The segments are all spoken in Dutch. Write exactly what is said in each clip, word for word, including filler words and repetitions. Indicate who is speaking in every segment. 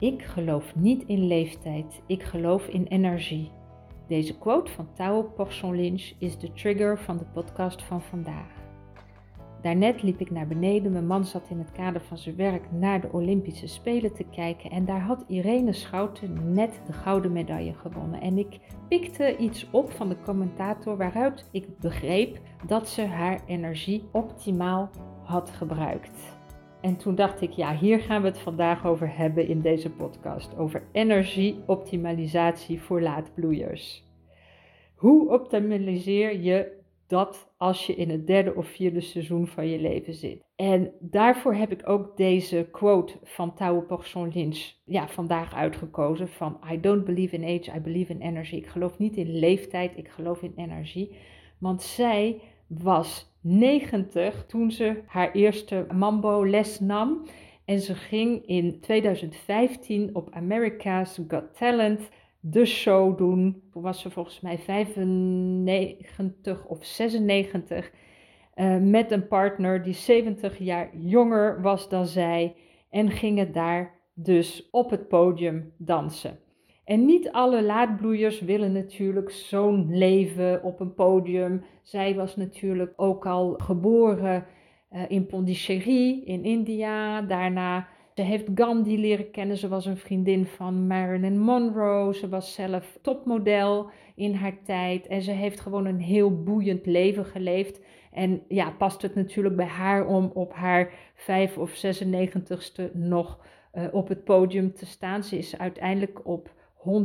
Speaker 1: Ik geloof niet in leeftijd, ik geloof in energie. Deze quote van Tao Porchon Lynch is de trigger van de podcast van vandaag. Daarnet liep ik naar beneden, mijn man zat in het kader van zijn werk naar de Olympische Spelen te kijken en daar had Irene Schouten net de gouden medaille gewonnen. En ik pikte iets op van de commentator waaruit ik begreep dat ze haar energie optimaal had gebruikt. En toen dacht ik, ja, hier gaan we het vandaag over hebben in deze podcast. Over energieoptimalisatie voor laadbloeiers. Hoe optimaliseer je dat als je in het derde of vierde seizoen van je leven zit? En daarvoor heb ik ook deze quote van Tao Porchon Lynch ja, vandaag uitgekozen. Van I don't believe in age, I believe in energy. Ik geloof niet in leeftijd, ik geloof in energie. Want zij was negentig toen ze haar eerste mambo les nam. En ze ging in tweeduizend vijftien op America's Got Talent de show doen. Toen was ze volgens mij vijfennegentig of zesennegentig. Uh, met een partner die zeventig jaar jonger was dan zij. En gingen daar dus op het podium dansen. En niet alle laadbloeiers willen natuurlijk zo'n leven op een podium. Zij was natuurlijk ook al geboren uh, in Pondicherry in India. Daarna, ze heeft Gandhi leren kennen. Ze was een vriendin van Marilyn Monroe. Ze was zelf topmodel in haar tijd. En ze heeft gewoon een heel boeiend leven geleefd. En ja, past het natuurlijk bij haar om op haar vijf of zesennegentigste nog uh, op het podium te staan. Ze is uiteindelijk op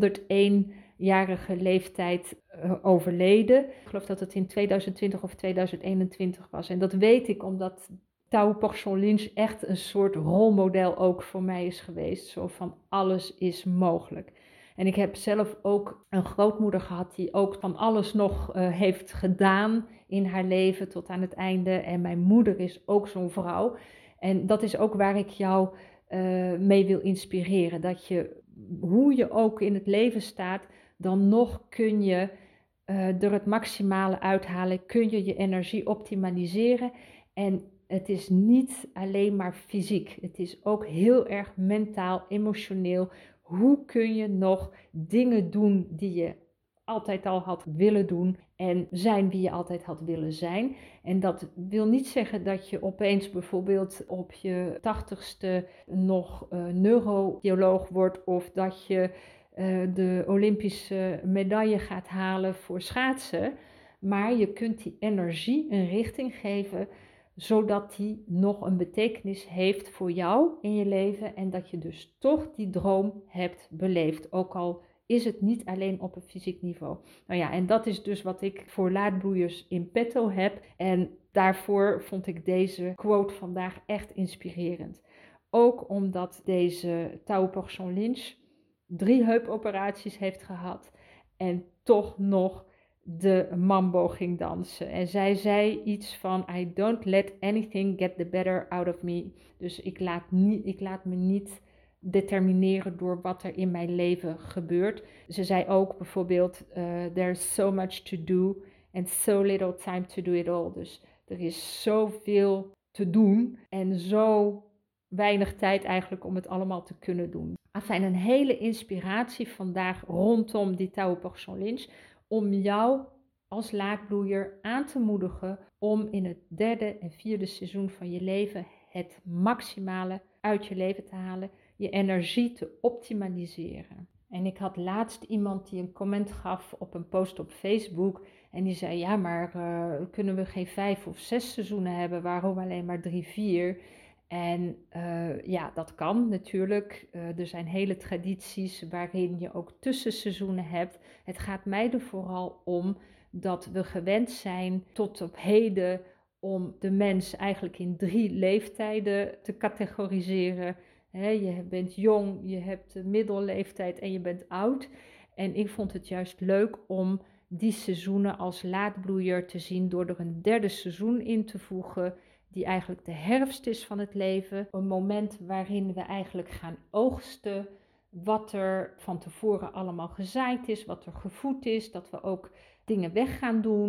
Speaker 1: honderdéén-jarige leeftijd uh, overleden. Ik geloof dat het in tweeduizend twintig of tweeduizend eenentwintig was. En dat weet ik omdat Tao Porchon Lynch echt een soort rolmodel ook voor mij is geweest. Zo van alles is mogelijk. En ik heb zelf ook een grootmoeder gehad die ook van alles nog uh, heeft gedaan in haar leven tot aan het einde. En mijn moeder is ook zo'n vrouw. En dat is ook waar ik jou uh, mee wil inspireren. Dat je, hoe je ook in het leven staat, dan nog kun je uh, er het maximale uithalen. Kun je je energie optimaliseren. En het is niet alleen maar fysiek. Het is ook heel erg mentaal, emotioneel. Hoe kun je nog dingen doen die je altijd al had willen doen en zijn wie je altijd had willen zijn? En dat wil niet zeggen dat je opeens bijvoorbeeld op je tachtigste nog uh, neurobioloog wordt of dat je uh, de Olympische medaille gaat halen voor schaatsen. Maar je kunt die energie een richting geven zodat die nog een betekenis heeft voor jou in je leven en dat je dus toch die droom hebt beleefd. Ook al is het niet alleen op een fysiek niveau. Nou ja, en dat is dus wat ik voor laadbloeiers in petto heb. En daarvoor vond ik deze quote vandaag echt inspirerend. Ook omdat deze Tao Porchon Lynch drie heupoperaties heeft gehad en toch nog de mambo ging dansen. En zij zei iets van I don't let anything get the better out of me. Dus ik laat, niet, ik laat me niet determineren door wat er in mijn leven gebeurt. Ze zei ook bijvoorbeeld uh, there's so much to do and so little time to do it all. Dus er is zoveel te doen en zo weinig tijd eigenlijk om het allemaal te kunnen doen. Enfin, een hele inspiratie vandaag rondom die Tao Porchon Lynch om jou als laadbloeier aan te moedigen om in het derde en vierde seizoen van je leven het maximale uit je leven te halen, je energie te optimaliseren. En ik had laatst iemand die een comment gaf op een post op Facebook en die zei, ja, maar uh, kunnen we geen vijf of zes seizoenen hebben, waarom alleen maar drie, vier? En uh, ja, dat kan natuurlijk. Uh, er zijn hele tradities waarin je ook tussenseizoenen hebt. Het gaat mij er vooral om dat we gewend zijn tot op heden om de mens eigenlijk in drie leeftijden te categoriseren. He, je bent jong, je hebt de middelleeftijd en je bent oud. En ik vond het juist leuk om die seizoenen als laadbloeier te zien door er een derde seizoen in te voegen, die eigenlijk de herfst is van het leven. Een moment waarin we eigenlijk gaan oogsten wat er van tevoren allemaal gezaaid is, wat er gevoed is, dat we ook dingen weg gaan doen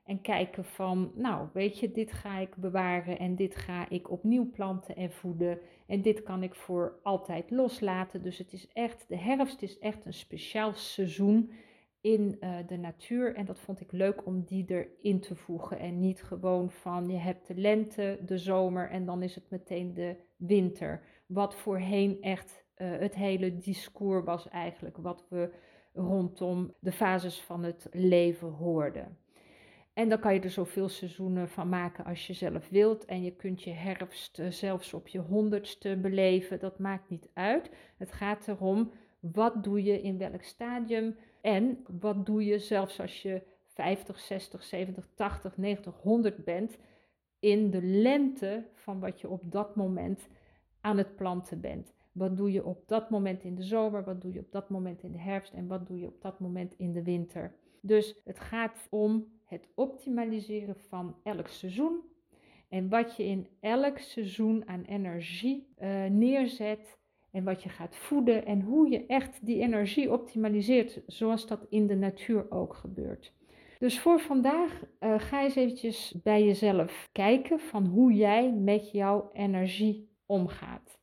Speaker 1: En kijken van, nou weet je, dit ga ik bewaren en dit ga ik opnieuw planten en voeden. En dit kan ik voor altijd loslaten. Dus het is echt, de herfst is echt een speciaal seizoen in uh, de natuur. En dat vond ik leuk om die erin te voegen. En niet gewoon van, je hebt de lente, de zomer en dan is het meteen de winter. Wat voorheen echt uh, het hele discours was eigenlijk, wat we rondom de fases van het leven hoorden. En dan kan je er zoveel seizoenen van maken als je zelf wilt. En je kunt je herfst uh, zelfs op je honderdste beleven. Dat maakt niet uit. Het gaat erom, wat doe je in welk stadium? En wat doe je zelfs als je vijftig, zestig, zeventig, tachtig, negentig, honderd bent, in de lente van wat je op dat moment aan het planten bent. Wat doe je op dat moment in de zomer? Wat doe je op dat moment in de herfst? En wat doe je op dat moment in de winter? Dus het gaat om het optimaliseren van elk seizoen. En wat je in elk seizoen aan energie uh, neerzet. En wat je gaat voeden. En hoe je echt die energie optimaliseert. Zoals dat in de natuur ook gebeurt. Dus voor vandaag uh, ga eens eventjes bij jezelf kijken van hoe jij met jouw energie omgaat.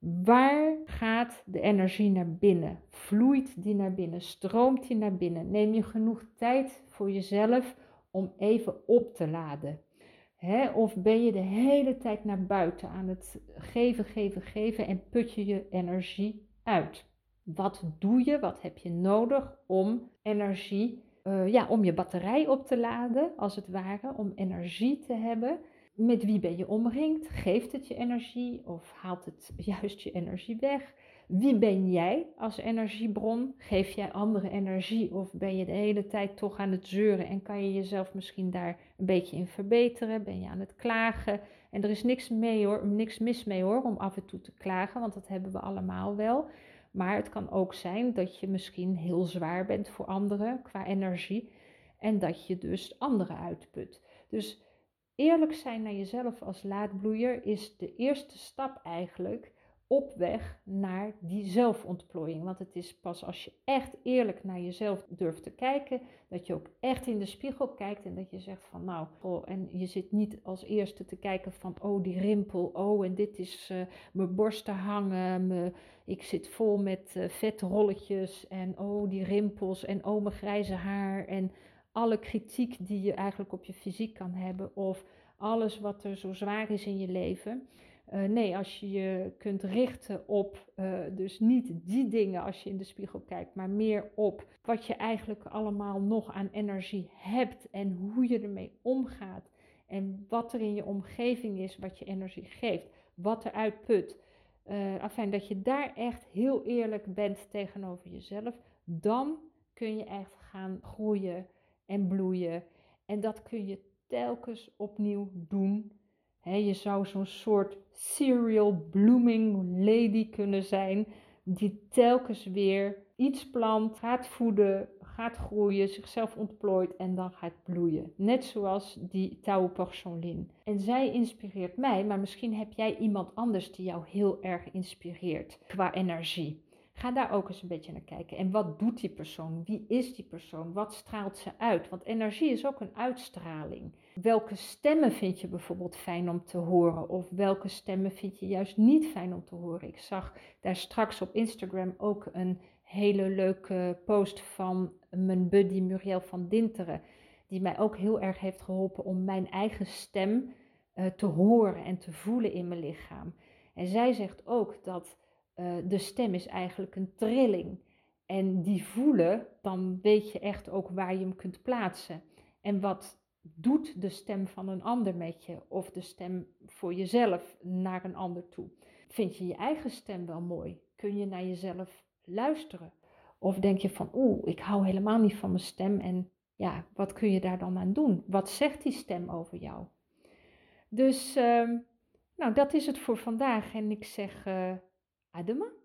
Speaker 1: Waar gaat de energie naar binnen? Vloeit die naar binnen? Stroomt die naar binnen? Neem je genoeg tijd voor jezelf om even op te laden? Hè? Of ben je de hele tijd naar buiten aan het geven, geven, geven en put je je energie uit? Wat doe je? Wat heb je nodig om energie, uh, ja, om je batterij op te laden, als het ware, om energie te hebben? Met wie ben je omringd? Geeft het je energie of haalt het juist je energie weg? Wie ben jij als energiebron? Geef jij andere energie of ben je de hele tijd toch aan het zeuren en kan je jezelf misschien daar een beetje in verbeteren? Ben je aan het klagen? En er is niks, mee, hoor, niks mis mee hoor, om af en toe te klagen, want dat hebben we allemaal wel. Maar het kan ook zijn dat je misschien heel zwaar bent voor anderen qua energie en dat je dus anderen uitput. Dus eerlijk zijn naar jezelf als laadbloeier is de eerste stap eigenlijk op weg naar die zelfontplooiing. Want het is pas als je echt eerlijk naar jezelf durft te kijken, dat je ook echt in de spiegel kijkt en dat je zegt van nou, oh, en je zit niet als eerste te kijken van oh die rimpel, oh en dit is uh, mijn borsten hangen, me, ik zit vol met uh, vetrolletjes en oh die rimpels en oh mijn grijze haar en alle kritiek die je eigenlijk op je fysiek kan hebben of alles wat er zo zwaar is in je leven. Uh, nee, als je je kunt richten op, uh, dus niet die dingen als je in de spiegel kijkt, maar meer op wat je eigenlijk allemaal nog aan energie hebt en hoe je ermee omgaat en wat er in je omgeving is wat je energie geeft, wat er uitput. Uh, afijn, dat je daar echt heel eerlijk bent tegenover jezelf, dan kun je echt gaan groeien en bloeien. En dat kun je telkens opnieuw doen. He, je zou zo'n soort serial blooming lady kunnen zijn, die telkens weer iets plant, gaat voeden, gaat groeien, zichzelf ontplooit en dan gaat bloeien. Net zoals die Tao Porchon Lin. En zij inspireert mij, maar misschien heb jij iemand anders die jou heel erg inspireert qua energie. Ga daar ook eens een beetje naar kijken. En wat doet die persoon? Wie is die persoon? Wat straalt ze uit? Want energie is ook een uitstraling. Welke stemmen vind je bijvoorbeeld fijn om te horen? Of welke stemmen vind je juist niet fijn om te horen? Ik zag daar straks op Instagram ook een hele leuke post van mijn buddy Muriel van Dinteren. Die mij ook heel erg heeft geholpen om mijn eigen stem uh, te horen en te voelen in mijn lichaam. En zij zegt ook dat Uh, de stem is eigenlijk een trilling. En die voelen, dan weet je echt ook waar je hem kunt plaatsen. En wat doet de stem van een ander met je? Of de stem voor jezelf naar een ander toe? Vind je je eigen stem wel mooi? Kun je naar jezelf luisteren? Of denk je van, oeh, ik hou helemaal niet van mijn stem. En ja, wat kun je daar dan aan doen? Wat zegt die stem over jou? Dus, uh, nou, dat is het voor vandaag. En ik zeg... Uh, À demain!